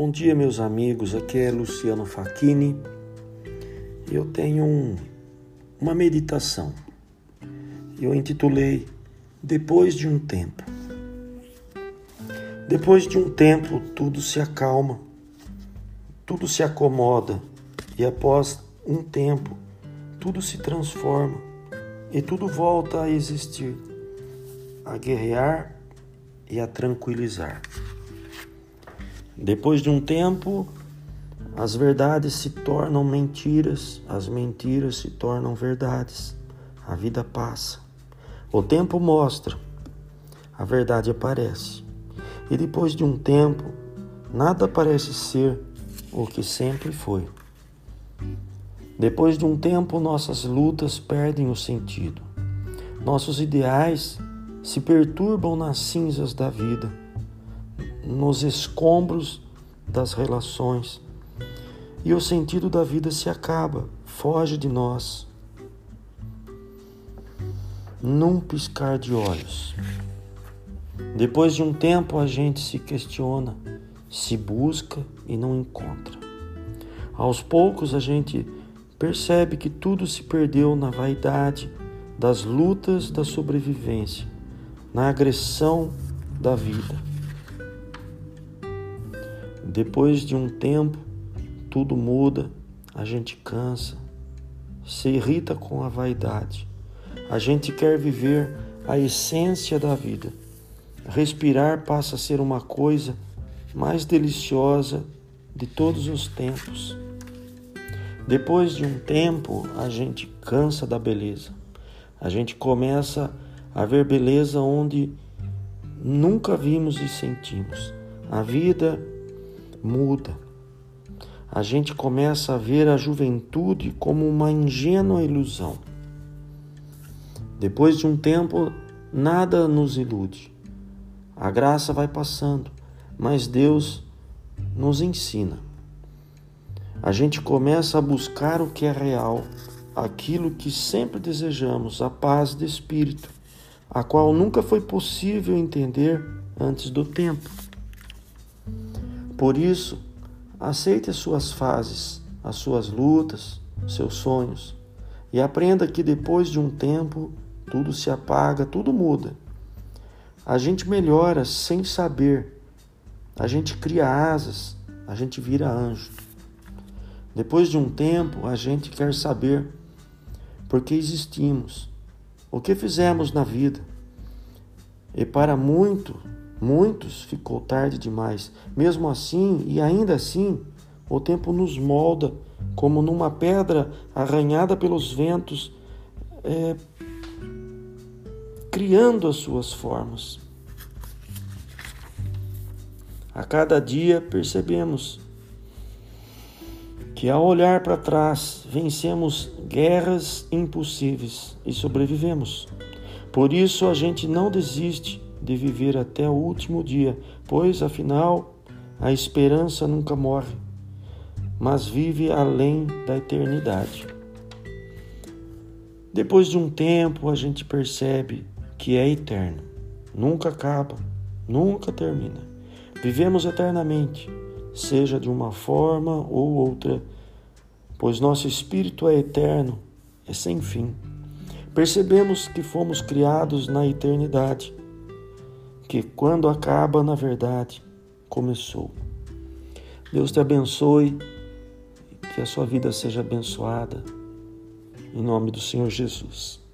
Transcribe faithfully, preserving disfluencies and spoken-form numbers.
Bom dia, meus amigos. Aqui é Luciano Facchini. Eu tenho um, uma meditação. Eu intitulei Depois de um Tempo. Depois de um tempo, tudo se acalma, tudo se acomoda e após um tempo, tudo se transforma e tudo volta a existir, a guerrear e a tranquilizar. Depois de um tempo, as verdades se tornam mentiras, as mentiras se tornam verdades. A vida passa. O tempo mostra, a verdade aparece. E depois de um tempo, nada parece ser o que sempre foi. Depois de um tempo, nossas lutas perdem o sentido. Nossos ideais se perturbam nas cinzas da vida, nos escombros das relações, e o sentido da vida se acaba, foge de nós, num piscar de olhos. Depois de um tempo, a gente se questiona, se busca e não encontra. Aos poucos, a gente percebe que tudo se perdeu na vaidade das lutas da sobrevivência, na agressão da vida. Depois de um tempo, tudo muda, a gente cansa, se irrita com a vaidade. A gente quer viver a essência da vida. Respirar passa a ser uma coisa mais deliciosa de todos os tempos. Depois de um tempo, a gente cansa da beleza. A gente começa a ver beleza onde nunca vimos e sentimos. A vida muda. A gente começa a ver a juventude como uma ingênua ilusão. Depois de um tempo, nada nos ilude. A graça vai passando, mas Deus nos ensina. A gente começa a buscar o que é real, aquilo que sempre desejamos, a paz de espírito, a qual nunca foi possível entender antes do tempo. Por isso, aceite as suas fases, as suas lutas, seus sonhos, e aprenda que depois de um tempo, tudo se apaga, tudo muda. A gente melhora sem saber, a gente cria asas, a gente vira anjo. Depois de um tempo, a gente quer saber por que existimos, o que fizemos na vida. E para muito, muitos ficou tarde demais. Mesmo assim, e ainda assim, o tempo nos molda como numa pedra arranhada pelos ventos, é, criando as suas formas. A cada dia percebemos que ao olhar para trás, vencemos guerras impossíveis e sobrevivemos. Por isso a gente não desiste de viver até o último dia, pois, afinal, a esperança nunca morre, mas vive além da eternidade. Depois de um tempo, a gente percebe que é eterno, nunca acaba, nunca termina. Vivemos eternamente, seja de uma forma ou outra, pois nosso espírito é eterno, é sem fim. Percebemos que fomos criados na eternidade, que quando acaba, na verdade, começou. Deus te abençoe, que a sua vida seja abençoada, em nome do Senhor Jesus.